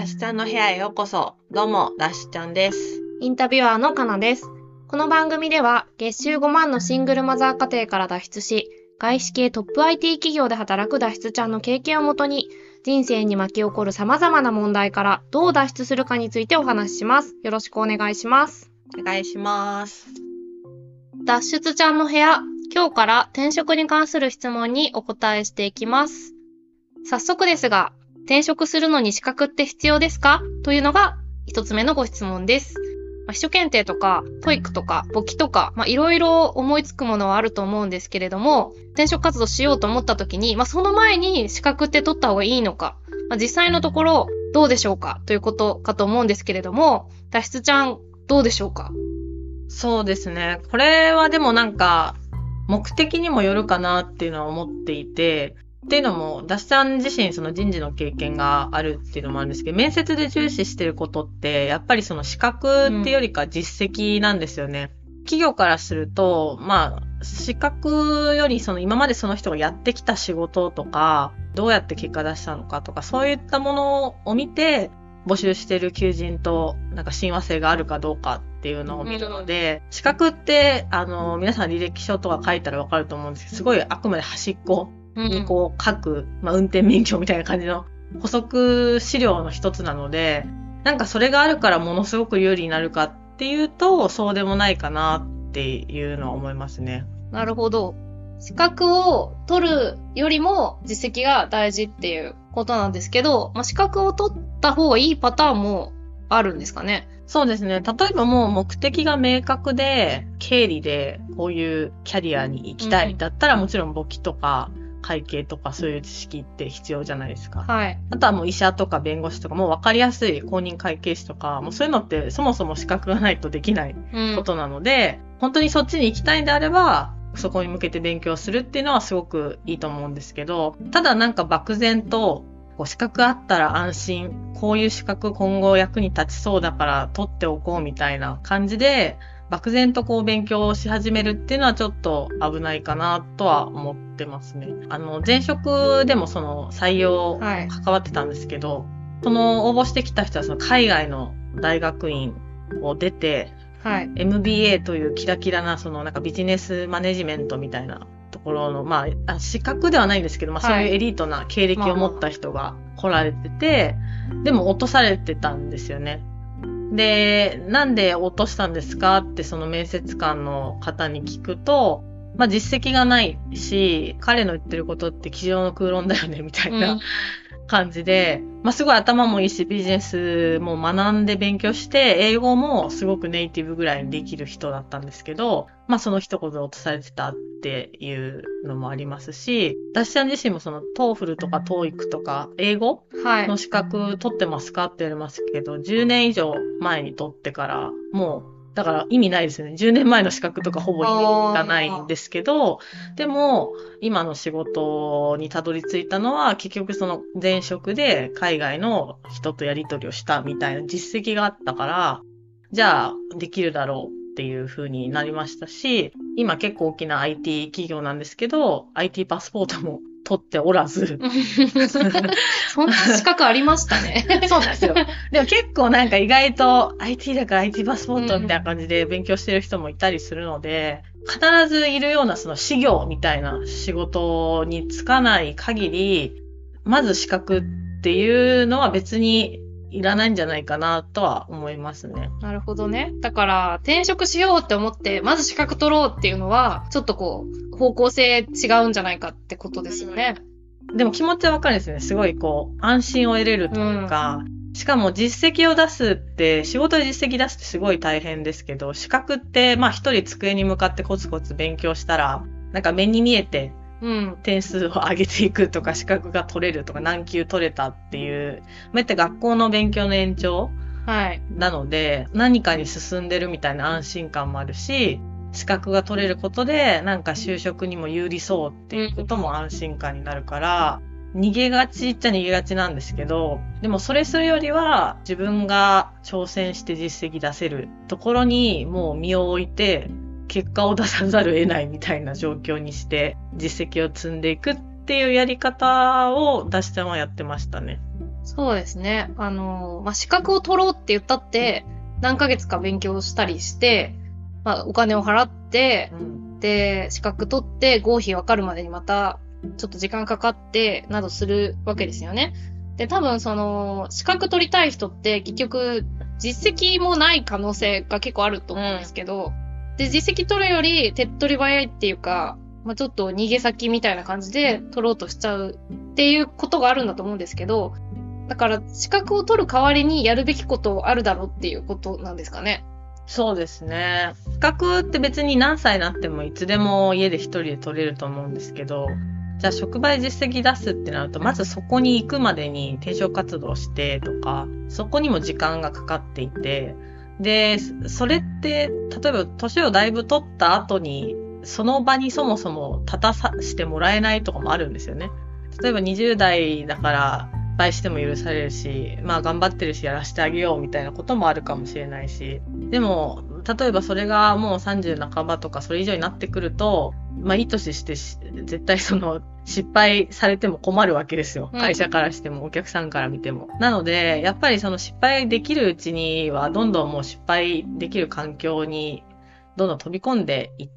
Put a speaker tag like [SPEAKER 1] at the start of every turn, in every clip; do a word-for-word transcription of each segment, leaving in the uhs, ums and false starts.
[SPEAKER 1] ダッシュちゃんの部屋へようこそ。どうも、ダッシュちゃんです。
[SPEAKER 2] インタビュアーのかなです。この番組では月収ごまんのシングルマザー家庭から脱出し、外資系トップ アイティー 企業で働く脱出ちゃんの経験をもとに、人生に巻き起こる様々な問題からどう脱出するかについてお話しします。よろしくお願いします。
[SPEAKER 1] お願いします。
[SPEAKER 2] 脱出ちゃんの部屋、今日から転職に関する質問にお答えしていきます。早速ですが、転職するのに資格って必要ですかというのが一つ目のご質問です。まあ、秘書検定とか、トイックとか、簿記とか、まあ、いろいろ思いつくものはあると思うんですけれども、転職活動しようと思った時に、まあ、その前に資格って取った方がいいのか、まあ、実際のところどうでしょうかということかと思うんですけれども、脱出ちゃんどうでしょうか？
[SPEAKER 1] そうですね。これはでもなんか、目的にもよるかなっていうのは思っていて、っていうのも、ダッシュちゃん自身その人事の経験があるっていうのもあるんですけど、面接で重視してることって、やっぱりその資格っていうよりか実績なんですよね。うん、企業からすると、まあ、資格よりその今までその人がやってきた仕事とか、どうやって結果出したのかとか、そういったものを見て、募集してる求人となんか親和性があるかどうかっていうのを見るので、うん、資格って、あの、皆さん履歴書とか書いたらわかると思うんですけど、すごいあくまで端っこにこう書く、まあ、運転免許みたいな感じの補足資料の一つなので、なんかそれがあるからものすごく有利になるかっていうと、そうでもないかなっていうのは思いますね。
[SPEAKER 2] なるほど。資格を取るよりも実績が大事っていうことなんですけど、まあ、資格を取った方がいいパターンもあるんですかね？
[SPEAKER 1] そうですね。例えばもう目的が明確で、経理でこういうキャリアに行きたいだったら、もちろん簿記とか会計とかそういう知識って必要じゃないですか。
[SPEAKER 2] はい。
[SPEAKER 1] あとはもう医者とか弁護士とかもう分かりやすい公認会計士とか、もうそういうのってそもそも資格がないとできないことなので、うん、本当にそっちに行きたいんであれば、そこに向けて勉強するっていうのはすごくいいと思うんですけど、ただなんか漠然と、こう資格あったら安心、こういう資格今後役に立ちそうだから取っておこうみたいな感じで、漠然とこう勉強をし始めるっていうのはちょっと危ないかなとは思ってますね。あの、前職でもその採用関わってたんですけど、はい、その応募してきた人はその海外の大学院を出て、はい、エムビーエー というキラキラなそのなんかビジネスマネジメントみたいなところの、まあ、資格ではないんですけど、まあそういうエリートな経歴を持った人が来られてて、でも落とされてたんですよね。で、なんで落としたんですかってその面接官の方に聞くと、まあ実績がないし、彼の言ってることって机上の空論だよねみたいな、うん、感じで、まあすごい頭もいいしビジネスも学んで勉強して英語もすごくネイティブぐらいにできる人だったんですけど、まあその一言で落とされてたっていうのもありますし、ダッシュちゃん自身もそのトーフルとかトーイックとか英語の資格取ってますかって言われますけど、じゅうねん以上前に取ってからもうだから意味ないですよね。じゅうねんまえの資格とかほぼ意味がないんですけど、でも今の仕事にたどり着いたのは結局その前職で海外の人とやり取りをしたみたいな実績があったから、じゃあできるだろうっていう風になりましたし、今結構大きな アイティー 企業なんですけど、アイティー パスポートも取っておらず。
[SPEAKER 2] そんな資格ありましたね。
[SPEAKER 1] そうなんですよ。でも結構なんか意外と アイティー だから アイティー パスポートみたいな感じで勉強してる人もいたりするので、必ずいるようなその事業みたいな仕事に就かない限り、まず資格っていうのは別にいらないんじゃないかなとは思いますね。
[SPEAKER 2] なるほどね。だから転職しようって思ってまず資格取ろうっていうのはちょっとこう方向性違うんじゃないかってことですよね。
[SPEAKER 1] でも気持ちはわかるんですね。すごいこう安心を得れるというか、うん、しかも実績を出すって仕事で実績出すってすごい大変ですけど、資格ってまあ一人机に向かってコツコツ勉強したらなんか目に見えてうん、点数を上げていくとか資格が取れるとか何級取れたっていう、まあ、って学校の勉強の延長なので、はい、何かに進んでるみたいな安心感もあるし、資格が取れることでなんか就職にも有利そうっていうことも安心感になるから、うん、逃げがちっちゃ逃げがちなんですけど、でもそれするよりは自分が挑戦して実績出せるところにもう身を置いて結果を出さざるを得ないみたいな状況にして実績を積んでいくっていうやり方をダッシュちゃんはやってましたね。
[SPEAKER 2] そうですね。あの、まあ、資格を取ろうって言ったって、何ヶ月か勉強したりして、まあ、お金を払って、うん、で、資格取って合否分かるまでにまた、ちょっと時間かかって、などするわけですよね。で、多分その、資格取りたい人って結局、実績もない可能性が結構あると思うんですけど、うん、で、実績取るより手っ取り早いっていうか、まあ、ちょっと逃げ先みたいな感じで取ろうとしちゃうっていうことがあるんだと思うんですけど、だから資格を取る代わりにやるべきことあるだろうっていうことなんですかね。
[SPEAKER 1] そうですね。資格って別に何歳になってもいつでも家で一人で取れると思うんですけど、じゃあ職場で実績出すってなると、まずそこに行くまでに転職活動してとか、そこにも時間がかかっていて、で、それって、例えば年をだいぶ取った後に、その場にそもそも立たさせてもらえないとかもあるんですよね。例えばにじゅう代だから失敗しても許されるし、まあ頑張ってるしやらせてあげようみたいなこともあるかもしれないし、でも例えばそれがもうさんじゅう半ばとかそれ以上になってくると、まあいい年して絶対その失敗されても困るわけですよ。会社からしてもお客さんから見ても。なのでやっぱりその失敗できるうちにはどんどんもう失敗できる環境にどんどん飛び込んでいって、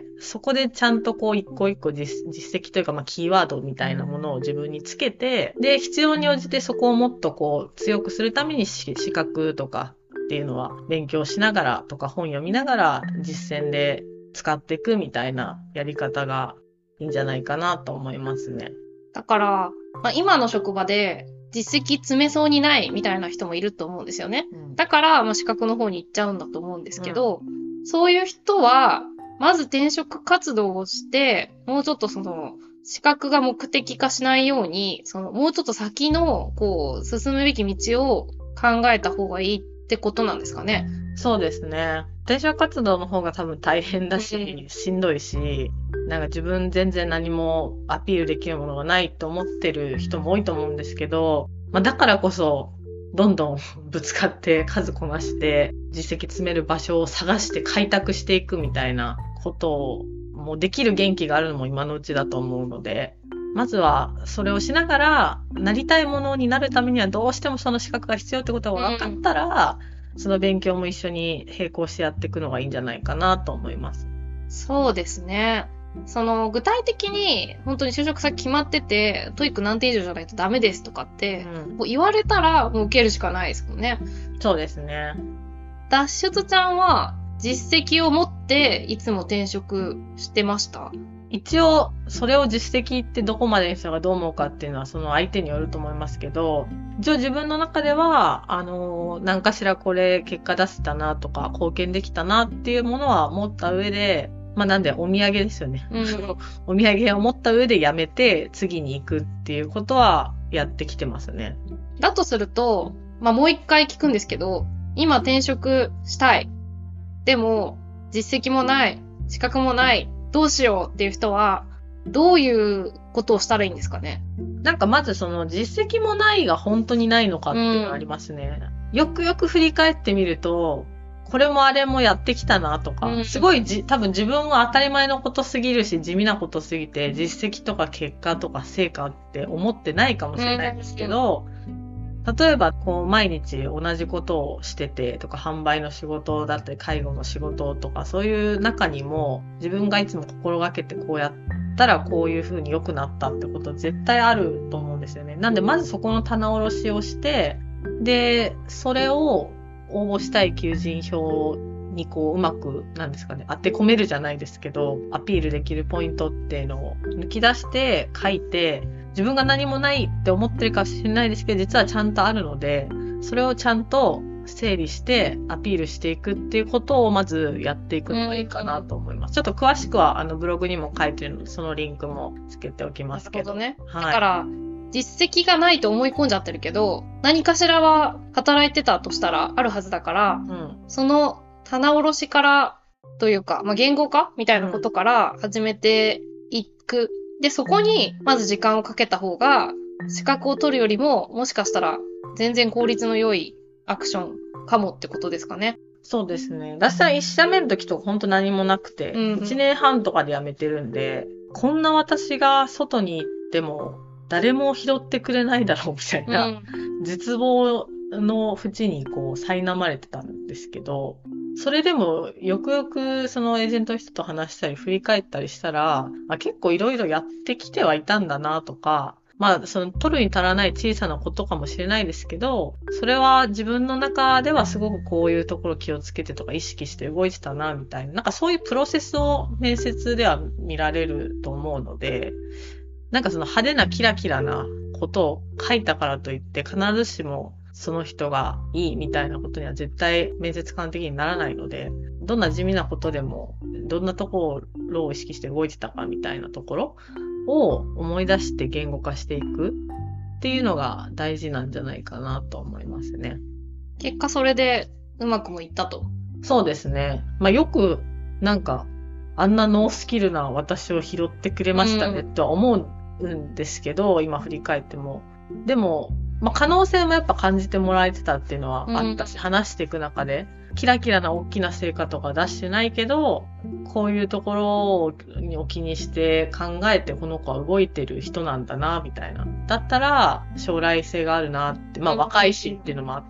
[SPEAKER 1] そこでちゃんとこう一個一個 実, 実績というかまあキーワードみたいなものを自分につけて、で、必要に応じてそこをもっとこう強くするために資格とかっていうのは勉強しながらとか本読みながら実践で使っていくみたいなやり方がいいんじゃないかなと思いますね。
[SPEAKER 2] だから、まあ、今の職場で実績詰めそうにないみたいな人もいると思うんですよね。うん、だから、まあ、資格の方に行っちゃうんだと思うんですけど、うん、そういう人は、まず転職活動をして、もうちょっとその、資格が目的化しないように、その、もうちょっと先の、こう、進むべき道を考えた方がいいってことなんですかね。
[SPEAKER 1] そうですね。転職活動の方が多分大変だし、うん、しんどいし、なんか自分全然何もアピールできるものがないと思ってる人も多いと思うんですけど、まあ、だからこそ、どんどんぶつかって数こなして実績詰める場所を探して開拓していくみたいなことをもうできる元気があるのも今のうちだと思うので、まずはそれをしながらなりたいものになるためにはどうしてもその資格が必要ってことが分かったら、うん、その勉強も一緒に並行してやっていくのがいいんじゃないかなと思います。
[SPEAKER 2] そうですね。その具体的に本当に就職先決まってて、トイック何点以上じゃないとダメですとかって、うん、もう言われたらもう受けるしかないですもんね。
[SPEAKER 1] そうですね。
[SPEAKER 2] 脱出ちゃんは実績を持っていつも転職してました？
[SPEAKER 1] 一応それを実績ってどこまでの人がどう思うかっていうのはその相手によると思いますけど、一応自分の中ではあの何かしらこれ結果出せたなとか貢献できたなっていうものは持った上で、まあなんでお土産ですよね。うん、お土産を持った上でやめて次に行くっていうことはやってきてますね。
[SPEAKER 2] だとすると、まあもう一回聞くんですけど、今転職したい。でも実績もない、資格もない、どうしようっていう人はどういうことをしたらいいんですかね。
[SPEAKER 1] なんかまずその実績もないが本当にないのかっていうのがありますね。うん、よくよく振り返ってみると、これもあれもやってきたなとか、うん、すごいじ多分自分は当たり前のことすぎるし地味なことすぎて実績とか結果とか成果って思ってないかもしれないんですけど、うん、例えばこう毎日同じことをしててとか販売の仕事だったり介護の仕事とかそういう中にも自分がいつも心がけてこうやったらこういう風に良くなったってこと絶対あると思うんですよね。なんでまずそこの棚卸しをして、でそれを応募したい求人票にこううまくなんですかね当て込めるじゃないですけどアピールできるポイントっていうのを抜き出して書いて、自分が何もないって思ってるかもしれないですけど実はちゃんとあるのでそれをちゃんと整理してアピールしていくっていうことをまずやっていくのがいいかなと思います。ちょっと詳しくはあのブログにも書いてるのでそのリンクもつけておきますけど。
[SPEAKER 2] なるほどね。はい、だから実績がないと思い込んじゃってるけど、何かしらは働いてたとしたらあるはずだから、うん、その棚卸しからというか、まあ、言語化みたいなことから始めていく。うん、で、そこにまず時間をかけた方が、資格を取るよりも、もしかしたら全然効率の良いアクションかもってことですかね。
[SPEAKER 1] そうですね。私は一社目の時と本当何もなくて、うんうん、いちねんはんとかで辞めてるんで、こんな私が外に行っても、誰も拾ってくれないだろうみたいな絶望の淵にこう苛まれてたんですけど、それでもよくよくそのエージェントの人と話したり振り返ったりしたら、あ、結構いろいろやってきてはいたんだなとか、まあその取るに足らない小さなことかもしれないですけど、それは自分の中ではすごくこういうところ気をつけてとか意識して動いてたなみたいな、なんかそういうプロセスを面接では見られると思うので、なんかその派手なキラキラなことを書いたからといって必ずしもその人がいいみたいなことには絶対面接官的にならないので、どんな地味なことでもどんなところを意識して動いてたかみたいなところを思い出して言語化していくっていうのが大事なんじゃないかなと思いますね。
[SPEAKER 2] 結果それでうまくもいったと。
[SPEAKER 1] そうですね。まあよくなんかあんなノースキルな私を拾ってくれましたねとは思うんですけど、うん、今振り返っても。でも、まあ、可能性もやっぱ感じてもらえてたっていうのはあったし、うん、話していく中で、キラキラな大きな成果とか出してないけど、こういうところを気にして考えてこの子は動いてる人なんだな、みたいな。だったら将来性があるなって、まあ若いしっていうのもあって、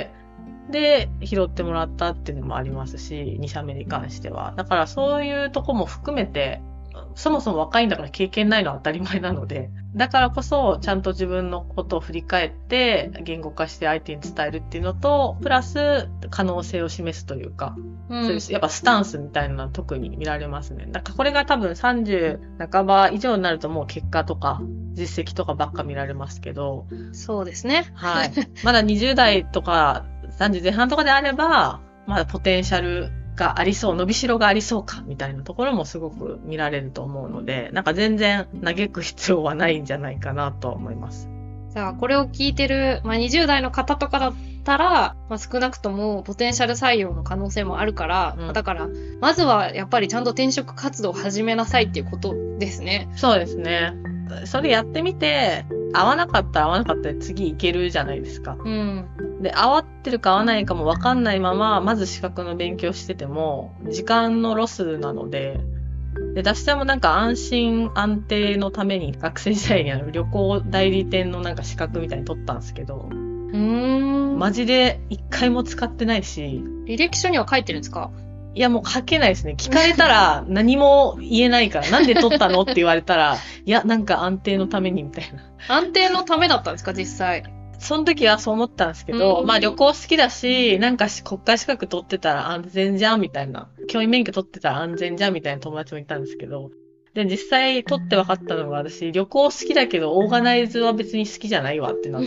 [SPEAKER 1] で、拾ってもらったっていうのもありますし、に社目に関しては。だからそういうとこも含めて、そもそも若いんだから経験ないのは当たり前なので、だからこそちゃんと自分のことを振り返って言語化して相手に伝えるっていうのと、プラス可能性を示すというか、うん、そういうやっぱスタンスみたいなのは特に見られますね。だからこれが多分さんじゅう半ば以上になるともう結果とか実績とかばっか見られますけど。
[SPEAKER 2] そうですね。
[SPEAKER 1] はい。まだにじゅう代とかさんじゅう前半とかであれば、まだポテンシャルがありそう、伸びしろがありそうか、みたいなところもすごく見られると思うので、なんか全然嘆く必要はないんじゃないかなと思います。
[SPEAKER 2] じゃあ、これを聞いてる、まあ、にじゅう代の方とかだったら、まあ、少なくともポテンシャル採用の可能性もあるから、うん、だから、まずはやっぱりちゃんと転職活動を始めなさいっていうことですね。
[SPEAKER 1] そうですね。それやってみて、合わなかったら合わなかったら次行けるじゃないですか。
[SPEAKER 2] うん。
[SPEAKER 1] で、合ってるか合わないかも分かんないまま、まず資格の勉強してても、時間のロスなので、で、私でもなんか安心安定のために学生時代にある旅行代理店のなんか資格みたいに取ったんですけど、
[SPEAKER 2] うーん。
[SPEAKER 1] マジで一回も使ってないし。
[SPEAKER 2] 履歴書には書いてるんですか？
[SPEAKER 1] いや、もう書けないですね。聞かれたら何も言えないから、なんで取ったのって言われたら、いや、なんか安定のためにみたいな。
[SPEAKER 2] 安定のためだったんですか、実際。
[SPEAKER 1] その時はそう思ったんですけど、まあ旅行好きだし、なんか国家資格取ってたら安全じゃんみたいな。教員免許取ってたら安全じゃんみたいな友達もいたんですけど、で、実際取って分かったのが私、旅行好きだけどオーガナイズは別に好きじゃないわってなって、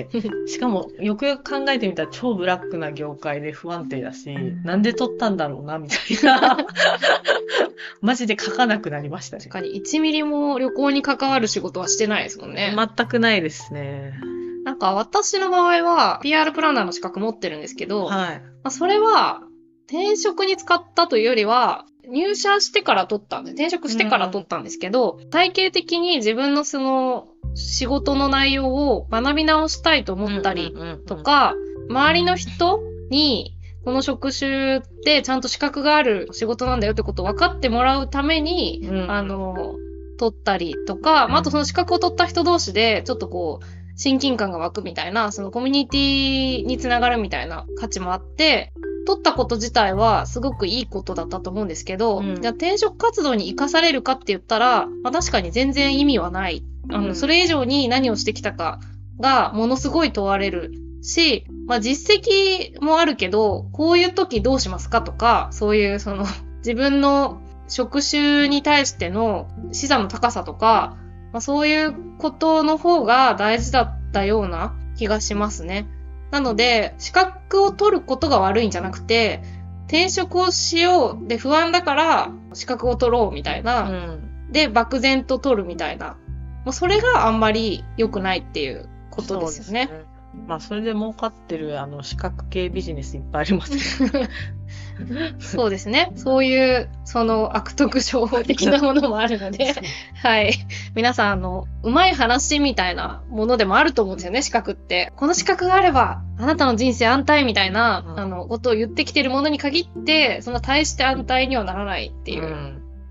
[SPEAKER 1] しかもよくよく考えてみたら超ブラックな業界で不安定だし、なんで取ったんだろうなみたいな。マジで書かなくなりましたね。
[SPEAKER 2] 確かにいちミリも旅行に関わる仕事はしてないですもんね。
[SPEAKER 1] 全くないですね。
[SPEAKER 2] なんか私の場合は ピーアール プランナーの資格持ってるんですけど、
[SPEAKER 1] はい。
[SPEAKER 2] まあ、それは転職に使ったというよりは入社してから取ったんで、転職してから取ったんですけど、うん、体系的に自分のその仕事の内容を学び直したいと思ったりとか、周りの人にこの職種ってちゃんと資格がある仕事なんだよってことを分かってもらうために、うん、あの、取ったりとか、まあ、あとその資格を取った人同士でちょっとこう、親近感が湧くみたいな、そのコミュニティにつながるみたいな価値もあって、取ったこと自体はすごくいいことだったと思うんですけど、うん、じゃあ転職活動に活かされるかって言ったら、まあ、確かに全然意味はない。あの、うん、それ以上に何をしてきたかがものすごい問われるし、まあ実績もあるけど、こういう時どうしますかとか、そういうその自分の職種に対しての視座の高さとか、まあ、そういうことの方が大事だったような気がしますね。なので、資格を取ることが悪いんじゃなくて、転職をしようで不安だから資格を取ろうみたいな、うん、で漠然と取るみたいな、もうそれがあんまり良くないっていうことですよね。
[SPEAKER 1] そうですね。まあそれで儲かってるあの資格系ビジネスいっぱいありますけど
[SPEAKER 2] そうですね。そういうその悪徳商法的なものもあるのではい。皆さんあのうまい話みたいなものでもあると思うんですよね、資格って。この資格があればあなたの人生安泰みたいな、うん、あのことを言ってきてるものに限ってそんな大して安泰にはならないっていう。うん、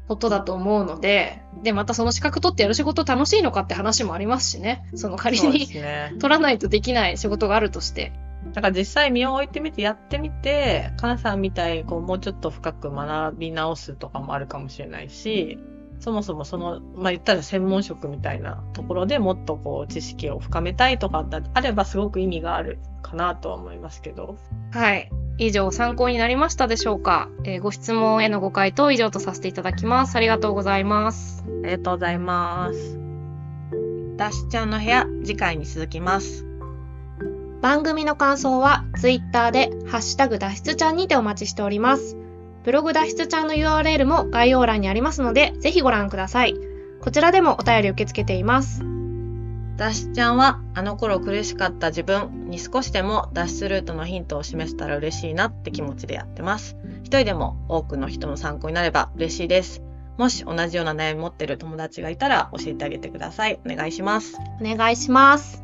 [SPEAKER 2] ことだと思うので、で、またその資格取ってやる仕事楽しいのかって話もありますしね。その仮に、ね、取らないとできない仕事があるとして。
[SPEAKER 1] だから実際身を置いてみてやってみて、かなさんみたいにこうもうちょっと深く学び直すとかもあるかもしれないし、そもそもその、まあ、言ったら専門職みたいなところでもっとこう知識を深めたいとかあればすごく意味があるかなとは思いますけど。
[SPEAKER 2] はい。以上参考になりましたでしょうか。えー、ご質問へのご回答以上とさせていただきます。ありがとうございます。
[SPEAKER 1] ありがとうございます。ダッシュちゃんの部屋、次回に続きます。
[SPEAKER 2] 番組の感想はツイッターでハッシュタグ脱出ちゃんにてお待ちしております。ブログ脱出ちゃんの ユーアールエル も概要欄にありますので、ぜひご覧ください。こちらでもお便り受け付けています。
[SPEAKER 1] 脱出ちゃんはあの頃苦しかった自分に少しでも脱出ルートのヒントを示せたら嬉しいなって気持ちでやってます。一人でも多くの人の参考になれば嬉しいです。もし同じような悩み持ってる友達がいたら教えてあげてください。お願いします。
[SPEAKER 2] お願いします。